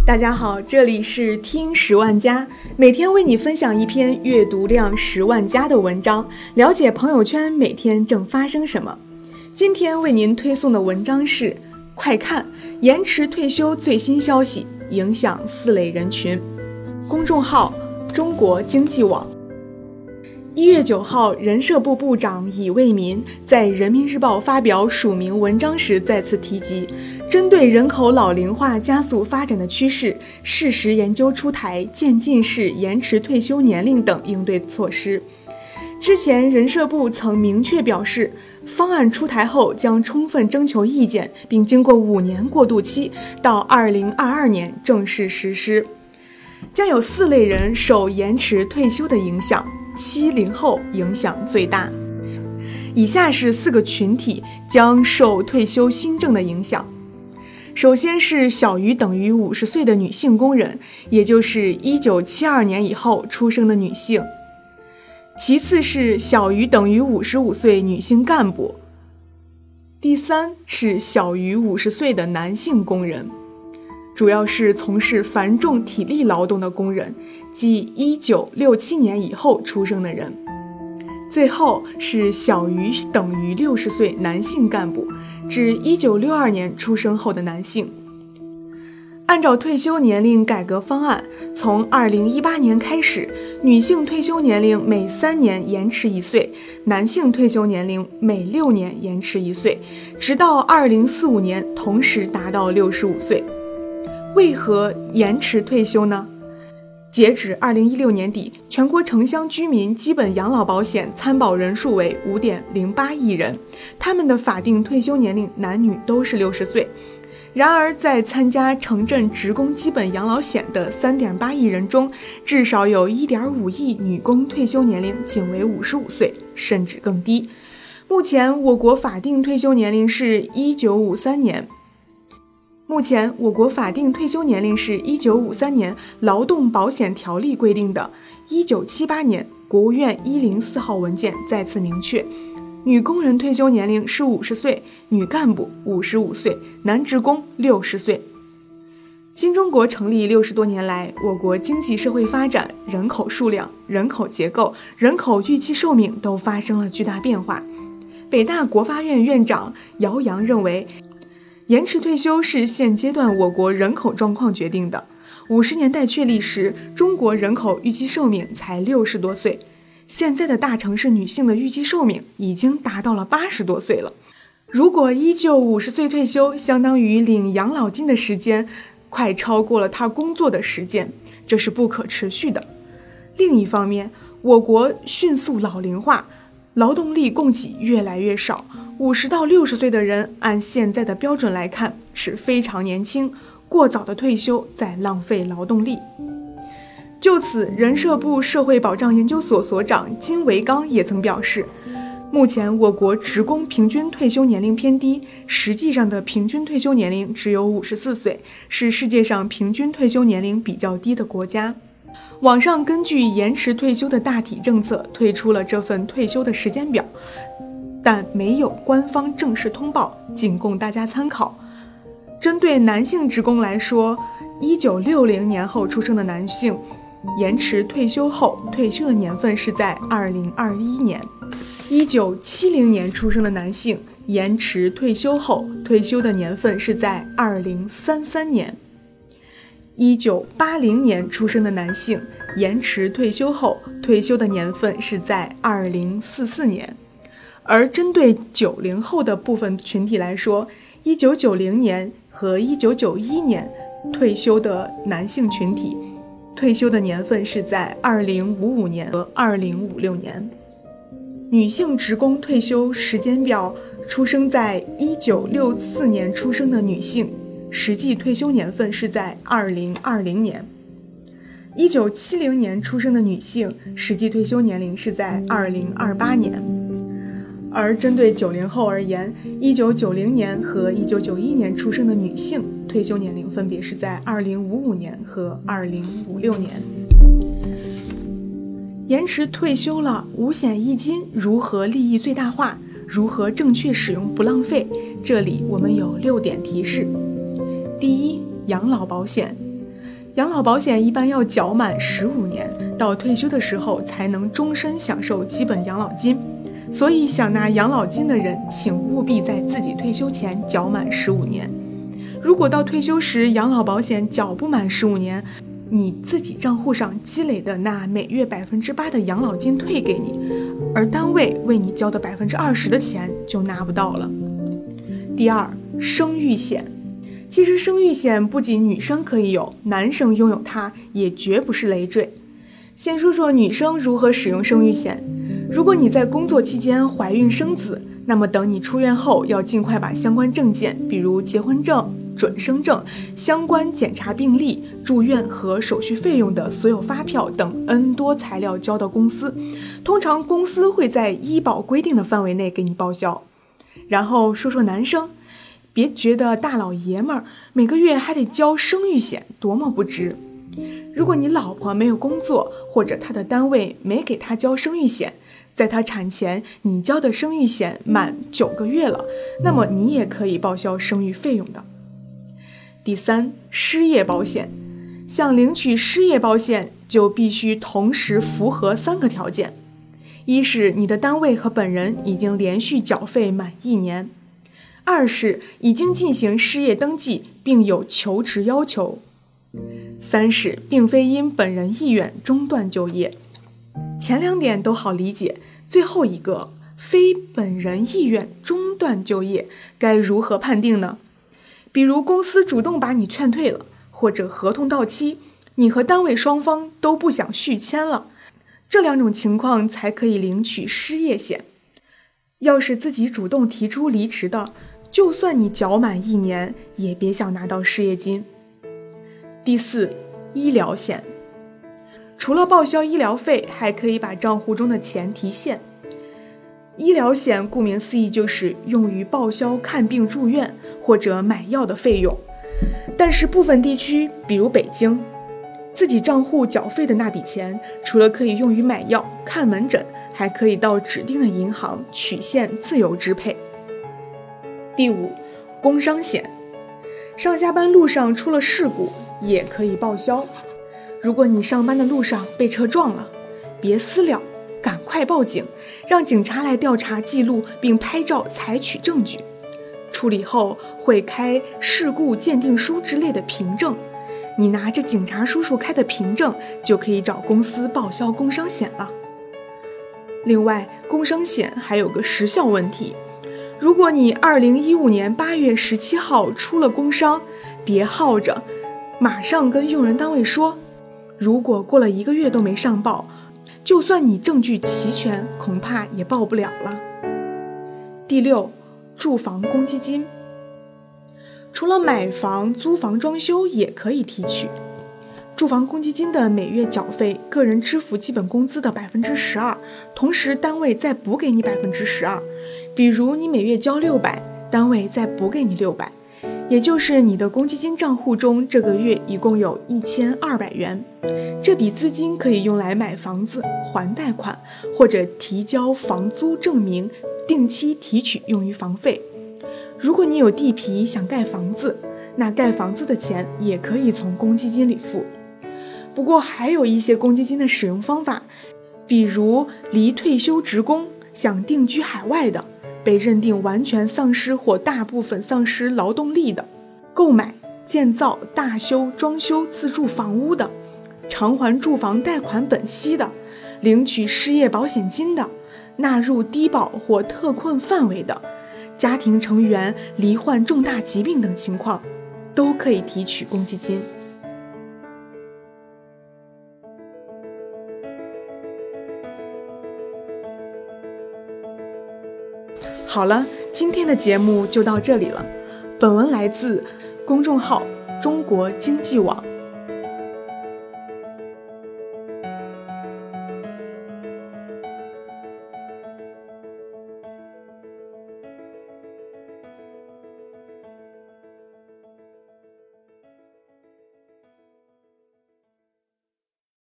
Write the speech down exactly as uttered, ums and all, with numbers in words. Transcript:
大家好，这里是听十万加，每天为你分享一篇阅读量十万加的文章，了解朋友圈每天正发生什么。今天为您推送的文章是：快看，延迟退休最新消息影响四类人群。公众号：中国经济网。一月九号，人社部部长乙为民在人民日报发表署名文章时再次提及，针对人口老龄化加速发展的趋势，适时研究出台渐进式延迟退休年龄等应对措施。之前人社部曾明确表示，方案出台后将充分征求意见，并经过五年过渡期，到二零二二年正式实施。将有四类人受延迟退休的影响，七零后影响最大。以下是四个群体将受退休新政的影响。首先是小于等于五十岁的女性工人，也就是一九七二年以后出生的女性。其次是小于等于五十五岁女性干部。第三是小于五十岁的男性工人，主要是从事繁重体力劳动的工人，即一九六七年以后出生的人。最后是小于等于六十岁男性干部，指一九六二年出生后的男性。按照退休年龄改革方案，从二零一八年开始，女性退休年龄每三年延迟一岁，男性退休年龄每六年延迟一岁，直到二零四五年同时达到六十五岁。为何延迟退休呢？截止二零一六年底，全国城乡居民基本养老保险参保人数为 五点零八亿人，他们的法定退休年龄男女都是六十岁。然而，在参加城镇职工基本养老险的 三点八亿人中，至少有 一点五亿女工退休年龄仅为五十五岁，甚至更低。目前，我国法定退休年龄是一九五三年。目前，我国法定退休年龄是一九五三年劳动保险条例规定的，一九七八年国务院一零四号文件再次明确，女工人退休年龄是五十岁，女干部五十五岁，男职工六十岁。新中国成立六十多年来，我国经济社会发展、人口数量、人口结构、人口预期寿命都发生了巨大变化。北大国发院院长姚洋认为，延迟退休是现阶段我国人口状况决定的。五十年代确立时，中国人口预期寿命才六十多岁，现在的大城市女性的预期寿命已经达到了八十多岁了。如果依旧五十岁退休，相当于领养老金的时间快超过了她工作的时间，这是不可持续的。另一方面，我国迅速老龄化，劳动力供给越来越少，五十到六十岁的人按现在的标准来看是非常年轻，过早的退休在浪费劳动力。就此，人社部社会保障研究所所长金维刚也曾表示，目前我国职工平均退休年龄偏低，实际上的平均退休年龄只有五十四岁，是世界上平均退休年龄比较低的国家。网上根据延迟退休的大体政策推出了这份退休的时间表，但没有官方正式通报，仅供大家参考。针对男性职工来说，一九六零年后出生的男性延迟退休后退休的年份是在二零二一年，一九七零年出生的男性延迟退休后退休的年份是在二零三三年，一九八零年出生的男性延迟退休后退休的年份是在二零四四年。而针对九零后的部分群体来说，一九九零年和一九九一年退休的男性群体退休的年份是在二零五五年和二零五六年。女性职工退休时间表，出生在一九六四年出生的女性实际退休年份是在二零二零年，一九七零年出生的女性实际退休年龄是在二零二八年。而针对九零后而言，一九九零年和一九九一年出生的女性退休年龄分别是在二零五五年和二零五六年。延迟退休了，五险一金如何利益最大化？如何正确使用不浪费？这里我们有六点提示。第一，养老保险。 养老保险一般要缴满十五年，到退休的时候才能终身享受基本养老金。所以想拿养老金的人，请务必在自己退休前缴满十五年。如果到退休时养老保险缴不满十五年，你自己账户上积累的那每月百分之八的养老金退给你，而单位为你交的百分之二十的钱就拿不到了。第二，生育险。其实生育险不仅女生可以有，男生拥有它也绝不是累赘。先说说女生如何使用生育险。如果你在工作期间怀孕生子，那么等你出院后，要尽快把相关证件，比如结婚证、准生证、相关检查病历、住院和手续费用的所有发票等 N 多材料交到公司，通常公司会在医保规定的范围内给你报销。然后说说男生，别觉得大老爷们儿每个月还得交生育险多么不值。如果你老婆没有工作，或者她的单位没给她交生育险，在她产前你交的生育险满九个月了，那么你也可以报销生育费用的。第三，失业保险。想领取失业保险，就必须同时符合三个条件：一是你的单位和本人已经连续缴费满一年；二是已经进行失业登记并有求职要求；三是并非因本人意愿中断就业。前两点都好理解，最后一个非本人意愿中断就业该如何判定呢？比如公司主动把你劝退了，或者合同到期，你和单位双方都不想续签了，这两种情况才可以领取失业险。要是自己主动提出离职的，就算你缴满一年，也别想拿到失业金。第四，医疗险。除了报销医疗费，还可以把账户中的钱提现。医疗险顾名思义就是用于报销看病住院或者买药的费用，但是部分地区，比如北京，自己账户缴费的那笔钱，除了可以用于买药、看门诊，还可以到指定的银行取现自由支配。第五，工伤险。上下班路上出了事故，也可以报销。如果你上班的路上被车撞了，别私了，赶快报警，让警察来调查记录并拍照采取证据。处理后会开事故鉴定书之类的凭证，你拿着警察叔叔开的凭证就可以找公司报销工伤险了。另外，工伤险还有个时效问题，如果你二零一五年八月十七号出了工伤，别耗着，马上跟用人单位说，如果过了一个月都没上报，就算你证据齐全，恐怕也报不了了。第六，住房公积金。除了买房、租房、装修也可以提取。住房公积金的每月缴费，个人支付基本工资的百分之十二，同时单位再补给你百分之十二。比如你每月交六百，单位再补给你六百，也就是你的公积金账户中这个月一共有一千二百元。这笔资金可以用来买房子、还贷款，或者提交房租证明，定期提取用于房费。如果你有地皮想盖房子，那盖房子的钱也可以从公积金里付。不过还有一些公积金的使用方法，比如离退休职工想定居海外的，被认定完全丧失或大部分丧失劳动力的，购买、建造、大修、装修自住房屋的，偿还住房贷款本息的，领取失业保险金的，纳入低保或特困范围的，家庭成员罹患重大疾病等情况，都可以提取公积金。好了，今天的节目就到这里了。本文来自公众号中国经济网。